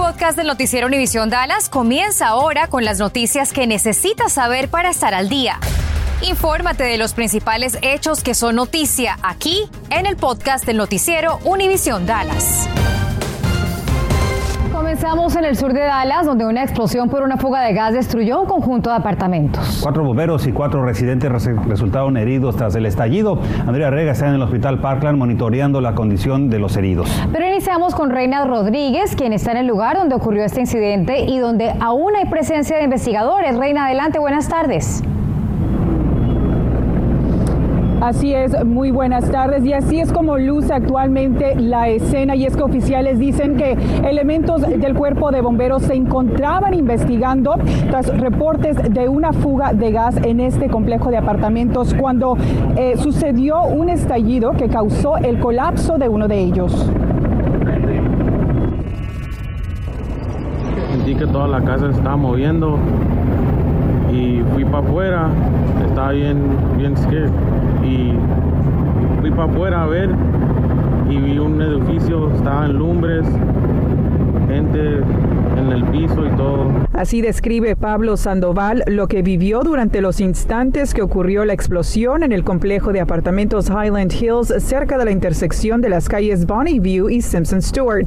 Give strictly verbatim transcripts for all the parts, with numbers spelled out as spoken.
podcast del noticiero Univisión Dallas comienza ahora con las noticias que necesitas saber para estar al día. Infórmate de los principales hechos que son noticia aquí en el podcast del noticiero Univisión Dallas. Comenzamos en el sur de Dallas, donde una explosión por una fuga de gas destruyó un conjunto de apartamentos. Cuatro bomberos y cuatro residentes res- resultaron heridos tras el estallido. Andrea Rega está en el hospital Parkland monitoreando la condición de los heridos. Pero iniciamos con Reina Rodríguez, quien está en el lugar donde ocurrió este incidente y donde aún hay presencia de investigadores. Reina, adelante, buenas tardes. Así es, muy buenas tardes, y así es como luce actualmente la escena, y es que oficiales dicen que elementos del cuerpo de bomberos se encontraban investigando tras reportes de una fuga de gas en este complejo de apartamentos cuando eh, sucedió un estallido que causó el colapso de uno de ellos. Sentí que toda la casa se estaba moviendo y fui para afuera, estaba bien, bien scared. Y fui para afuera a ver y vi un edificio, estaba en lumbres, gente en el piso y todo. Así describe Pablo Sandoval lo que vivió durante los instantes que ocurrió la explosión en el complejo de apartamentos Highland Hills, cerca de la intersección de las calles Bonnie View y Simpson Stewart.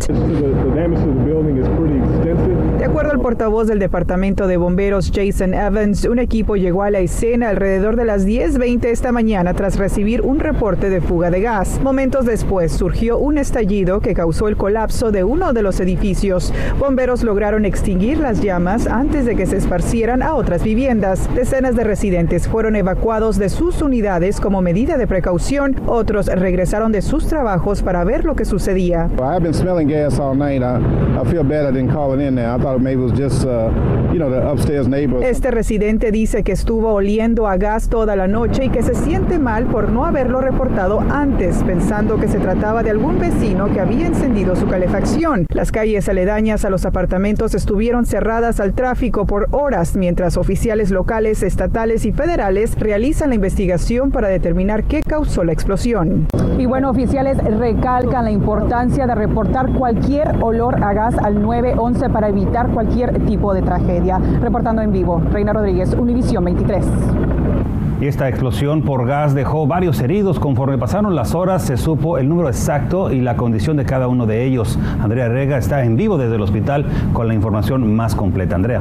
De acuerdo al portavoz del Departamento de Bomberos, Jason Evans, un equipo llegó a la escena alrededor de las diez veinte esta mañana tras recibir un reporte de fuga de gas. Momentos después surgió un estallido que causó el colapso de uno de los edificios. Bomberos lograron extinguir las llamas antes de que se esparcieran a otras viviendas. Decenas de residentes fueron evacuados de sus unidades como medida de precaución. Otros regresaron de sus trabajos para ver lo que sucedía. I've been smelling gas all night. I, I feel bad I didn't call it in there. I thought maybe it was just, uh, you know, the upstairs neighbors. Este residente dice que estuvo oliendo a gas toda la noche y que se siente mal por no haberlo reportado antes, pensando que se trataba de algún vecino que había encendido su calefacción. Las calles aledañas a los apartamentos estuvieron cerradas al tráfico por horas, mientras oficiales locales, estatales y federales realizan la investigación para determinar qué causó la explosión. Y bueno, oficiales recalcan la importancia de reportar cualquier olor a gas al nueve once para evitar cualquier tipo de tragedia. Reportando en vivo, Reina Rodríguez, Univisión veintitrés. Y esta explosión por gas dejó varios heridos. Conforme pasaron las horas, se supo el número exacto y la condición de cada uno de ellos. Andrea Rega está en vivo desde el hospital con la información más completa. Andrea.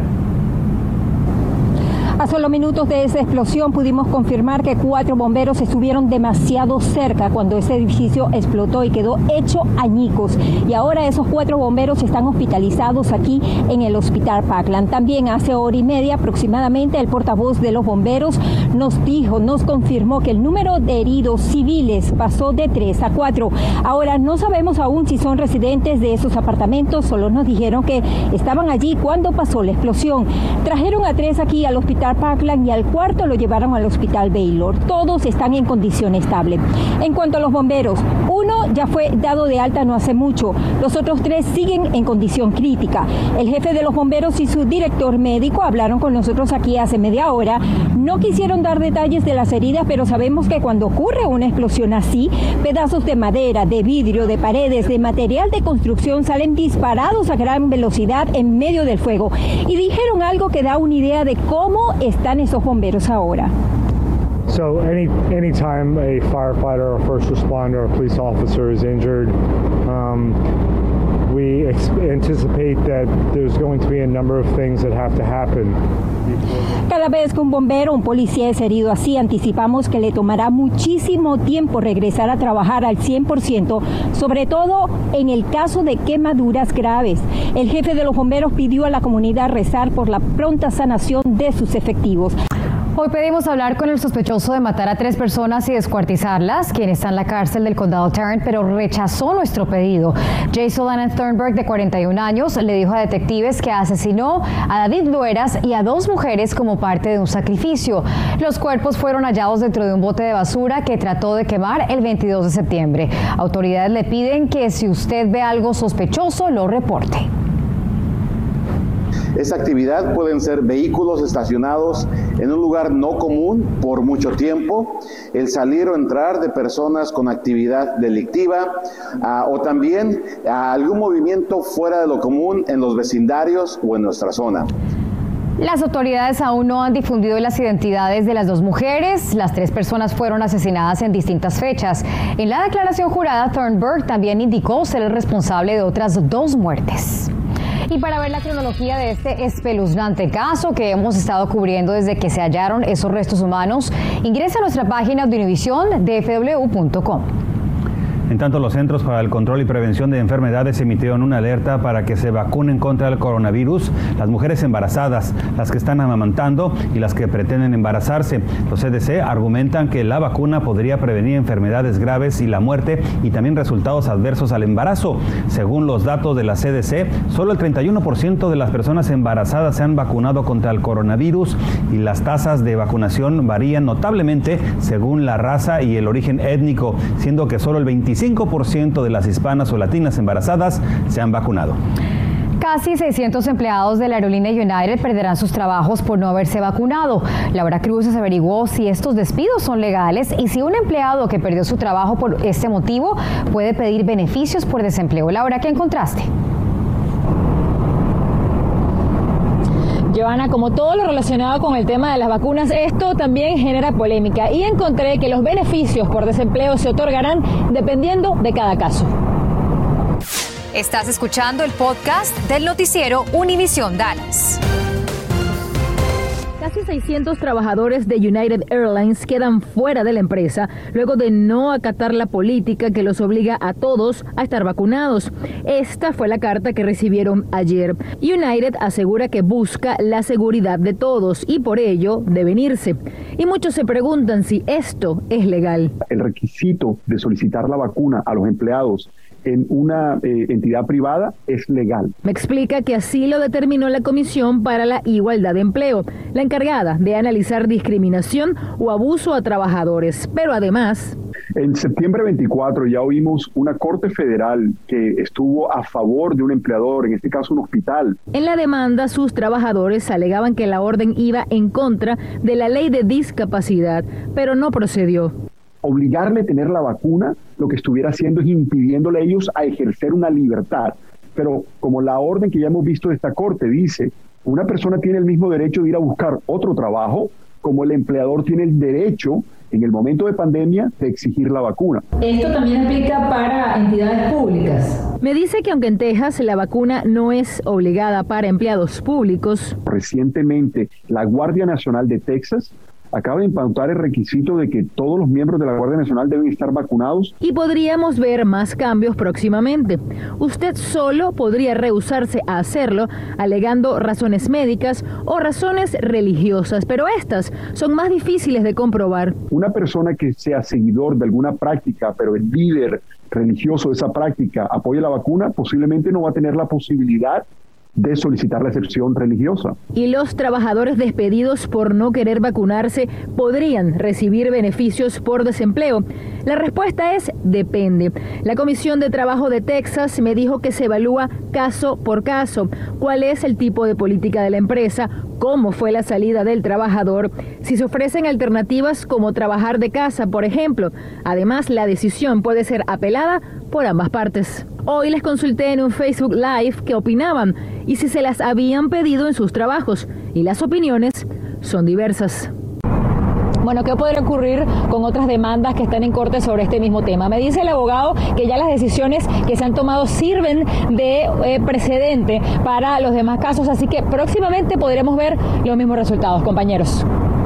A solo minutos de esa explosión pudimos confirmar que cuatro bomberos estuvieron demasiado cerca cuando ese edificio explotó y quedó hecho añicos. Y ahora esos cuatro bomberos están hospitalizados aquí en el Hospital Parkland. También hace hora y media aproximadamente el portavoz de los bomberos nos dijo, nos confirmó que el número de heridos civiles pasó de tres a cuatro. Ahora no sabemos aún si son residentes de esos apartamentos, solo nos dijeron que estaban allí cuando pasó la explosión. Trajeron a tres aquí al Hospital Parkland y al cuarto lo llevaron al Hospital Baylor. Todos están en condición estable. En cuanto a los bomberos, uno ya fue dado de alta no hace mucho. Los otros tres siguen en condición crítica. El jefe de los bomberos y su director médico hablaron con nosotros aquí hace media hora. No quisieron dar detalles de las heridas, pero sabemos que cuando ocurre una explosión así, pedazos de madera, de vidrio, de paredes, de material de construcción salen disparados a gran velocidad en medio del fuego. Y dijeron algo que da una idea de cómo están esos bomberos ahora. So any anytime a firefighter or first responder or police officer is injured, um, we ex- anticipate that there's going to be a number of things that have to happen. Cada vez que un bombero o un policía es herido así, anticipamos que le tomará muchísimo tiempo regresar a trabajar al cien por ciento, sobre todo en el caso de quemaduras graves. El jefe de los bomberos pidió a la comunidad rezar por la pronta sanación de sus efectivos. Hoy pedimos hablar con el sospechoso de matar a tres personas y descuartizarlas, quien está en la cárcel del condado Tarrant, pero rechazó nuestro pedido. Jay Solana Thornburg, de cuarenta y un años, le dijo a detectives que asesinó a David Lueras y a dos mujeres como parte de un sacrificio. Los cuerpos fueron hallados dentro de un bote de basura que trató de quemar el veintidós de septiembre. Autoridades le piden que si usted ve algo sospechoso, lo reporte. Esa actividad pueden ser vehículos estacionados en un lugar no común por mucho tiempo, el salir o entrar de personas con actividad delictiva uh, o también uh, algún movimiento fuera de lo común en los vecindarios o en nuestra zona. Las autoridades aún no han difundido las identidades de las dos mujeres. Las tres personas fueron asesinadas en distintas fechas. En la declaración jurada, Thornburg también indicó ser el responsable de otras dos muertes. Y para ver la cronología de este espeluznante caso que hemos estado cubriendo desde que se hallaron esos restos humanos, ingresa a nuestra página de Univisión d f w punto com. En tanto, los Centros para el Control y Prevención de Enfermedades emitieron una alerta para que se vacunen contra el coronavirus las mujeres embarazadas, las que están amamantando y las que pretenden embarazarse. Los C D C argumentan que la vacuna podría prevenir enfermedades graves y la muerte y también resultados adversos al embarazo. Según los datos de la C D C, solo el treinta y uno por ciento de las personas embarazadas se han vacunado contra el coronavirus y las tasas de vacunación varían notablemente según la raza y el origen étnico, siendo que solo el veinticinco por ciento de las hispanas o latinas embarazadas se han vacunado. Casi seiscientos empleados de la aerolínea United perderán sus trabajos por no haberse vacunado. Laura Cruces averiguó si estos despidos son legales y si un empleado que perdió su trabajo por este motivo puede pedir beneficios por desempleo. Laura, ¿qué encontraste? Joana, como todo lo relacionado con el tema de las vacunas, esto también genera polémica y encontré que los beneficios por desempleo se otorgarán dependiendo de cada caso. Estás escuchando el podcast del noticiero Univisión Dallas. Casi seiscientos trabajadores de United Airlines quedan fuera de la empresa luego de no acatar la política que los obliga a todos a estar vacunados. Esta fue la carta que recibieron ayer. United asegura que busca la seguridad de todos y por ello deben irse. Y muchos se preguntan si esto es legal. El requisito de solicitar la vacuna a los empleados en una eh, entidad privada es legal. Me explica que así lo determinó la Comisión para la Igualdad de Empleo, la encargada de analizar discriminación o abuso a trabajadores. Pero además, en septiembre veinticuatro ya oímos una corte federal que estuvo a favor de un empleador, en este caso un hospital. En la demanda, sus trabajadores alegaban que la orden iba en contra de la ley de discapacidad, pero no procedió. Obligarle a tener la vacuna, lo que estuviera haciendo es impidiéndole a ellos a ejercer una libertad. Pero como la orden que ya hemos visto de esta corte dice, una persona tiene el mismo derecho de ir a buscar otro trabajo, como el empleador tiene el derecho, en el momento de pandemia, de exigir la vacuna. ¿Esto también aplica para entidades públicas? Me dice que aunque en Texas la vacuna no es obligada para empleados públicos. Recientemente, la Guardia Nacional de Texas acaba de implantar el requisito de que todos los miembros de la Guardia Nacional deben estar vacunados. Y podríamos ver más cambios próximamente. Usted solo podría rehusarse a hacerlo, alegando razones médicas o razones religiosas, pero estas son más difíciles de comprobar. Una persona que sea seguidor de alguna práctica, pero el líder religioso de esa práctica apoya la vacuna, posiblemente no va a tener la posibilidad de solicitar la excepción religiosa. Y los trabajadores despedidos por no querer vacunarse podrían recibir beneficios por desempleo. La respuesta es depende. La Comisión de Trabajo de Texas me dijo que se evalúa caso por caso cuál es el tipo de política de la empresa, cómo fue la salida del trabajador, si se ofrecen alternativas como trabajar de casa, por ejemplo. Además, la decisión puede ser apelada por ambas partes. Hoy les consulté en un Facebook Live qué opinaban y si se las habían pedido en sus trabajos, y las opiniones son diversas. Bueno, ¿qué podría ocurrir con otras demandas que están en corte sobre este mismo tema? Me dice el abogado que ya las decisiones que se han tomado sirven de eh, precedente para los demás casos, así que próximamente podremos ver los mismos resultados, compañeros.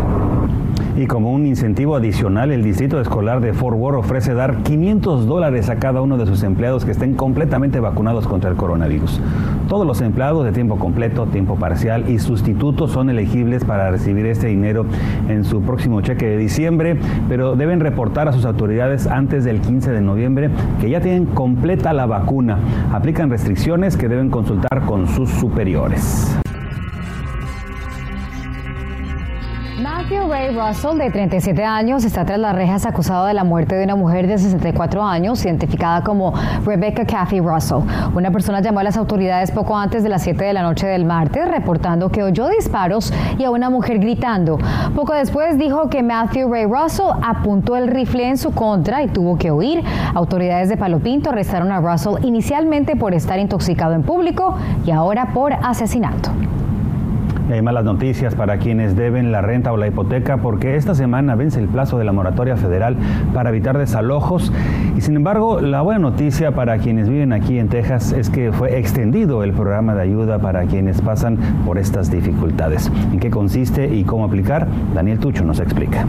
Y como un incentivo adicional, el Distrito Escolar de Fort Worth ofrece dar quinientos dólares a cada uno de sus empleados que estén completamente vacunados contra el coronavirus. Todos los empleados de tiempo completo, tiempo parcial y sustitutos son elegibles para recibir este dinero en su próximo cheque de diciembre, pero deben reportar a sus autoridades antes del quince de noviembre que ya tienen completa la vacuna. Aplican restricciones que deben consultar con sus superiores. Más Matthew Ray Russell, de treinta y siete años, está tras las rejas acusado de la muerte de una mujer de sesenta y cuatro años, identificada como Rebecca Cathy Russell. Una persona llamó a las autoridades poco antes de las siete de la noche del martes, reportando que oyó disparos y a una mujer gritando. Poco después dijo que Matthew Ray Russell apuntó el rifle en su contra y tuvo que huir. Autoridades de Palo Pinto arrestaron a Russell inicialmente por estar intoxicado en público y ahora por asesinato. Y hay malas noticias para quienes deben la renta o la hipoteca, porque esta semana vence el plazo de la moratoria federal para evitar desalojos. Y sin embargo, la buena noticia para quienes viven aquí en Texas es que fue extendido el programa de ayuda para quienes pasan por estas dificultades. ¿En qué consiste y cómo aplicar? Daniel Tucho nos explica.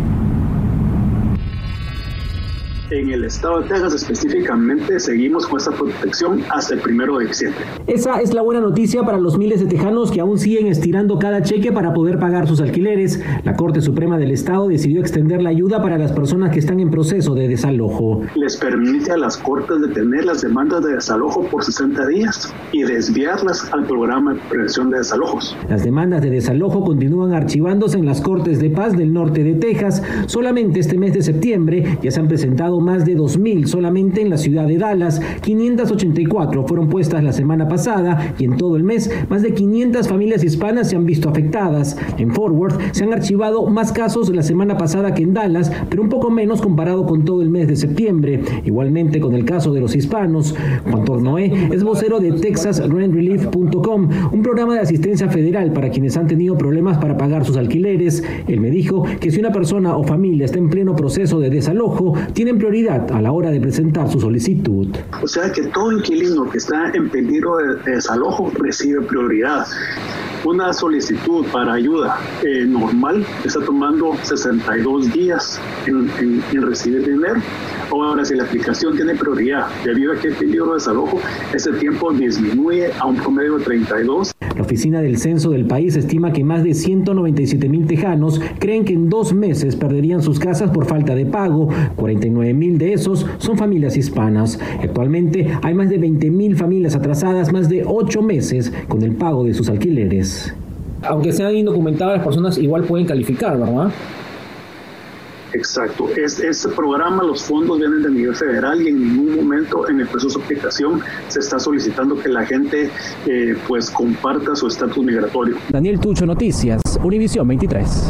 En el estado de Texas específicamente seguimos con esta protección hasta el primero de diciembre. Esa es la buena noticia para los miles de tejanos que aún siguen estirando cada cheque para poder pagar sus alquileres. La Corte Suprema del Estado decidió extender la ayuda para las personas que están en proceso de desalojo. Les permite a las cortes detener las demandas de desalojo por sesenta días y desviarlas al programa de prevención de desalojos. Las demandas de desalojo continúan archivándose en las Cortes de Paz del norte de Texas. Solamente este mes de septiembre ya se han presentado más de dos mil solamente en la ciudad de Dallas. quinientas ochenta y cuatro fueron puestas la semana pasada y en todo el mes más de quinientas familias hispanas se han visto afectadas. En Fort Worth se han archivado más casos la semana pasada que en Dallas, pero un poco menos comparado con todo el mes de septiembre. Igualmente con el caso de los hispanos. Juan Tornoé es vocero de Texas Rent Relief punto com, un programa de asistencia federal para quienes han tenido problemas para pagar sus alquileres. Él me dijo que si una persona o familia está en pleno proceso de desalojo, tienen prioridad a la hora de presentar su solicitud. O sea que todo inquilino que está en peligro de, de desalojo recibe prioridad. Una solicitud para ayuda eh, normal está tomando sesenta y dos días en, en, en recibir dinero. Ahora, si la aplicación tiene prioridad debido a que el peligro de desalojo, ese tiempo disminuye a un promedio de treinta y dos. La oficina del censo del país estima que más de ciento noventa y siete mil tejanos creen que en dos meses perderían sus casas por falta de pago. cuarenta y nueve mil de esos son familias hispanas. Actualmente hay más de veinte mil familias atrasadas más de ocho meses con el pago de sus alquileres. Aunque sean indocumentadas, las personas igual pueden calificar, ¿verdad? Exacto. Es, este programa, los fondos vienen de nivel federal y en ningún momento en el proceso de aplicación se está solicitando que la gente eh, pues comparta su estatus migratorio. Daniel Tucho, Noticias, Univisión veintitrés.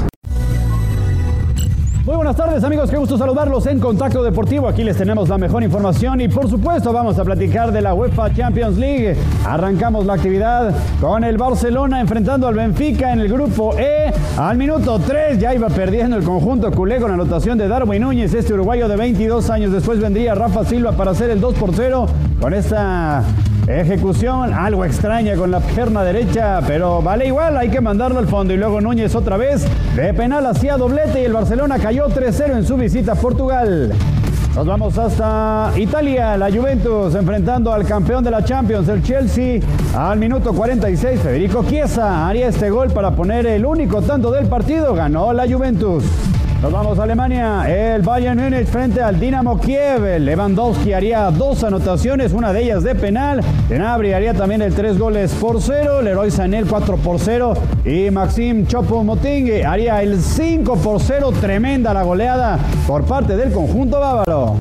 Muy buenas tardes, amigos, qué gusto saludarlos en Contacto Deportivo. Aquí les tenemos la mejor información y por supuesto vamos a platicar de la UEFA Champions League. Arrancamos la actividad con el Barcelona enfrentando al Benfica en el grupo E. Al minuto tres ya iba perdiendo el conjunto culé con anotación de Darwin Núñez, este uruguayo de veintidós años. Después vendría Rafa Silva para hacer el dos por cero con esta ejecución algo extraña con la pierna derecha, pero vale igual, hay que mandarlo al fondo. Y luego Núñez otra vez de penal hacía doblete y el Barcelona cayó tres cero en su visita a Portugal. Nos vamos hasta Italia, la Juventus enfrentando al campeón de la Champions, el Chelsea. Al minuto cuarenta y seis, Federico Chiesa haría este gol para poner el único tanto del partido. Ganó la Juventus. Nos vamos a Alemania, el Bayern Múnich frente al Dinamo Kiev. Lewandowski haría dos anotaciones, una de ellas de penal. Gnabry haría también el tres goles por cero. Leroy Sané el cuatro por cero. Y Maxim Choupo-Moting haría el cinco por cero. Tremenda la goleada por parte del conjunto bávaro.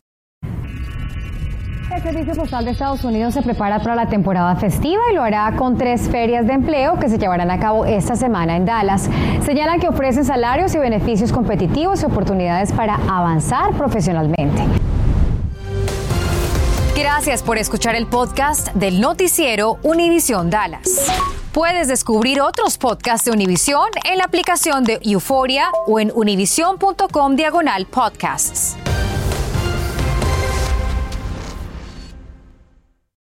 El Servicio Postal de Estados Unidos se prepara para la temporada festiva y lo hará con tres ferias de empleo que se llevarán a cabo esta semana en Dallas. Señalan que ofrecen salarios y beneficios competitivos y oportunidades para avanzar profesionalmente. Gracias por escuchar el podcast del noticiero Univisión Dallas. Puedes descubrir otros podcasts de Univisión en la aplicación de Euforia o en univision punto com diagonal podcasts.